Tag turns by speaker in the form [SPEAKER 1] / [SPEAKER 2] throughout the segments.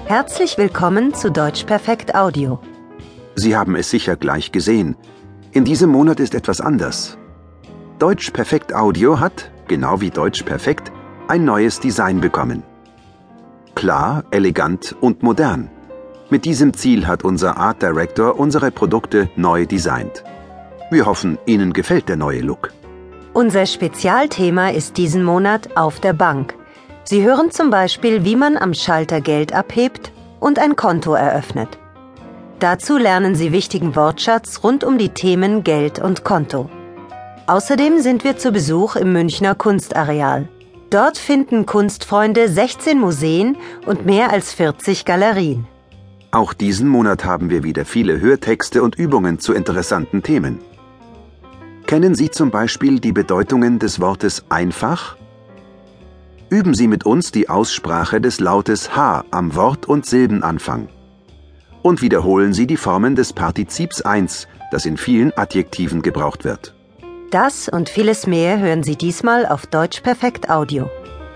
[SPEAKER 1] Herzlich willkommen zu Deutsch Perfekt Audio.
[SPEAKER 2] Sie haben es sicher gleich gesehen. In diesem Monat ist etwas anders. Deutsch Perfekt Audio hat, genau wie Deutsch Perfekt, ein neues Design bekommen. Klar, elegant und modern. Mit diesem Ziel hat unser Art Director unsere Produkte neu designt. Wir hoffen, Ihnen gefällt der neue Look.
[SPEAKER 1] Unser Spezialthema ist diesen Monat auf der Bank. Sie hören zum Beispiel, wie man am Schalter Geld abhebt und ein Konto eröffnet. Dazu lernen Sie wichtigen Wortschatz rund um die Themen Geld und Konto. Außerdem sind wir zu Besuch im Münchner Kunstareal. Dort finden Kunstfreunde 16 Museen und mehr als 40 Galerien.
[SPEAKER 2] Auch diesen Monat haben wir wieder viele Hörtexte und Übungen zu interessanten Themen. Kennen Sie zum Beispiel die Bedeutungen des Wortes einfach? Üben Sie mit uns die Aussprache des Lautes H am Wort- und Silbenanfang. Und wiederholen Sie die Formen des Partizips 1, das in vielen Adjektiven gebraucht wird.
[SPEAKER 1] Das und vieles mehr hören Sie diesmal auf Deutsch Perfekt Audio.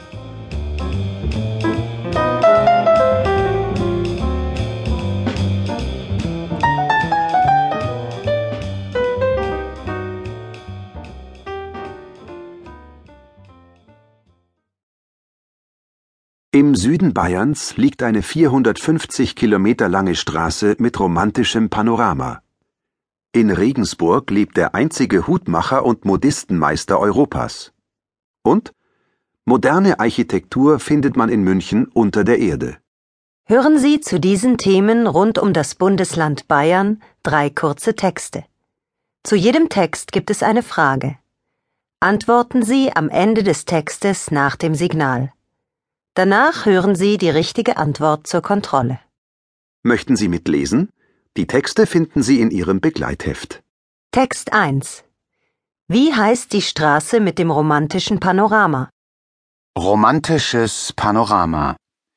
[SPEAKER 2] Im Süden Bayerns liegt eine 450 Kilometer lange Straße mit romantischem Panorama. In Regensburg lebt der einzige Hutmacher und Modistenmeister Europas. Und moderne Architektur findet man in München unter der Erde.
[SPEAKER 1] Hören Sie zu diesen Themen rund um das Bundesland Bayern 3 kurze Texte. Zu jedem Text gibt es eine Frage. Antworten Sie am Ende des Textes nach dem Signal. Danach hören Sie die richtige Antwort zur Kontrolle.
[SPEAKER 2] Möchten Sie mitlesen? Die Texte finden Sie in Ihrem Begleitheft.
[SPEAKER 1] Text 1. Wie heißt die Straße mit dem romantischen Panorama?
[SPEAKER 3] Romantisches Panorama.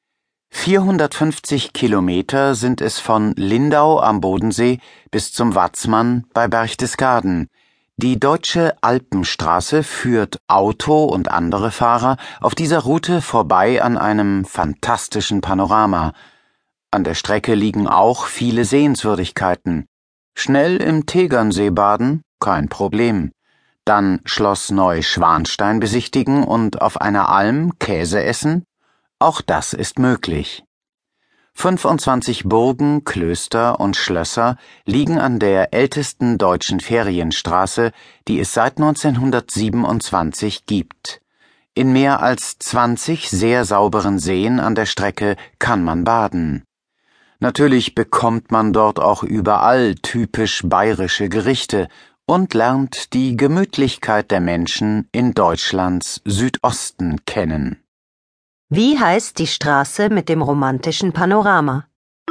[SPEAKER 3] 450 Kilometer sind es von Lindau am Bodensee bis zum Watzmann bei Berchtesgaden. Die Deutsche Alpenstraße führt Auto und andere Fahrer auf dieser Route vorbei an einem fantastischen Panorama. An der Strecke liegen auch viele Sehenswürdigkeiten. Schnell im Tegernsee baden? Kein Problem. Dann Schloss Neuschwanstein besichtigen und auf einer Alm Käse essen? Auch das ist möglich. 25 Burgen, Klöster und Schlösser liegen an der ältesten deutschen Ferienstraße, die es seit 1927 gibt. In mehr als 20 sehr sauberen Seen an der Strecke kann man baden. Natürlich bekommt man dort auch überall typisch bayerische Gerichte und lernt die Gemütlichkeit der Menschen in Deutschlands Südosten kennen.
[SPEAKER 1] Wie heißt die Straße mit dem romantischen Panorama?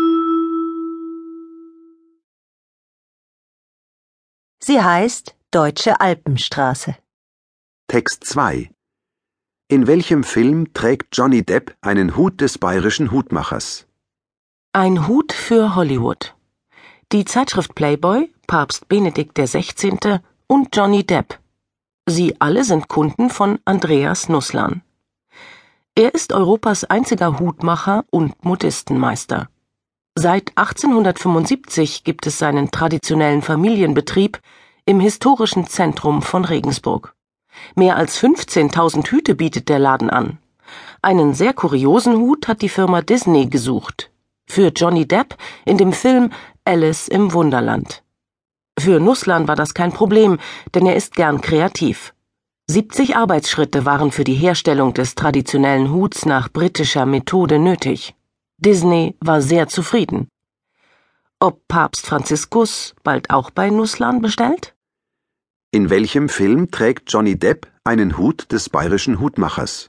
[SPEAKER 1] Sie heißt Deutsche Alpenstraße.
[SPEAKER 2] Text 2. In welchem Film trägt Johnny Depp einen Hut des bayerischen Hutmachers?
[SPEAKER 4] Ein Hut für Hollywood. Die Zeitschrift Playboy, Papst Benedikt XVI. Und Johnny Depp. Sie alle sind Kunden von Andreas Nusslan. Er ist Europas einziger Hutmacher und Modistenmeister. Seit 1875 gibt es seinen traditionellen Familienbetrieb im historischen Zentrum von Regensburg. Mehr als 15.000 Hüte bietet der Laden an. Einen sehr kuriosen Hut hat die Firma Disney gesucht. Für Johnny Depp in dem Film Alice im Wunderland. Für Nusslan war das kein Problem, denn er ist gern kreativ. 70 Arbeitsschritte waren für die Herstellung des traditionellen Huts nach britischer Methode nötig. Disney war sehr zufrieden. Ob Papst Franziskus bald auch bei Nusslan bestellt?
[SPEAKER 2] In welchem Film trägt Johnny Depp einen Hut des bayerischen Hutmachers?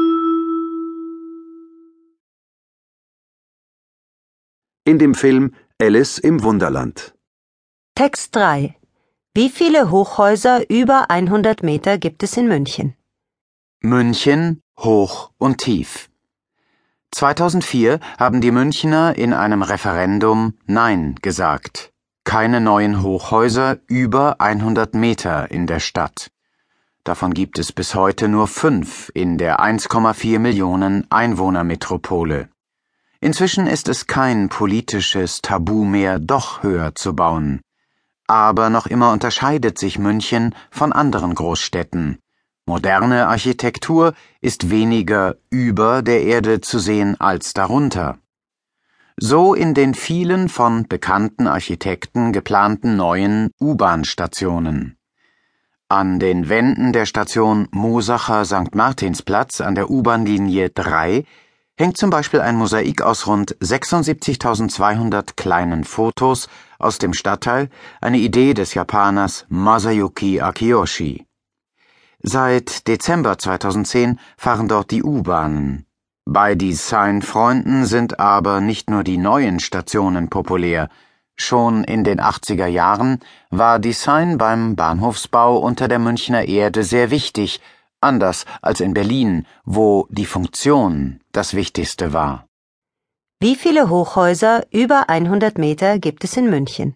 [SPEAKER 2] In dem Film Alice im Wunderland.
[SPEAKER 1] Text 3. Wie viele Hochhäuser über 100 Meter gibt es in München?
[SPEAKER 3] München hoch und tief. 2004 haben die Münchner in einem Referendum Nein gesagt. Keine neuen Hochhäuser über 100 Meter in der Stadt. Davon gibt es bis heute nur 5 in der 1,4 Millionen Einwohnermetropole. Inzwischen ist es kein politisches Tabu mehr, doch höher zu bauen. Aber noch immer unterscheidet sich München von anderen Großstädten. Moderne Architektur ist weniger über der Erde zu sehen als darunter. So in den vielen von bekannten Architekten geplanten neuen U-Bahn-Stationen. An den Wänden der Station Moosacher St. Martinsplatz an der U-Bahn-Linie 3 hängt zum Beispiel ein Mosaik aus rund 76.200 kleinen Fotos aus dem Stadtteil, eine Idee des Japaners Masayuki Akiyoshi. Seit Dezember 2010 fahren dort die U-Bahnen. Bei Designfreunden sind aber nicht nur die neuen Stationen populär. Schon in den 80er Jahren war Design beim Bahnhofsbau unter der Münchner Erde sehr wichtig, anders als in Berlin, wo die Funktion das Wichtigste war.
[SPEAKER 1] Wie viele Hochhäuser über 100 Meter gibt es in München?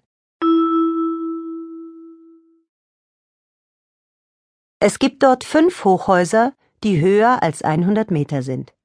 [SPEAKER 1] Es gibt dort 5 Hochhäuser, die höher als 100 Meter sind.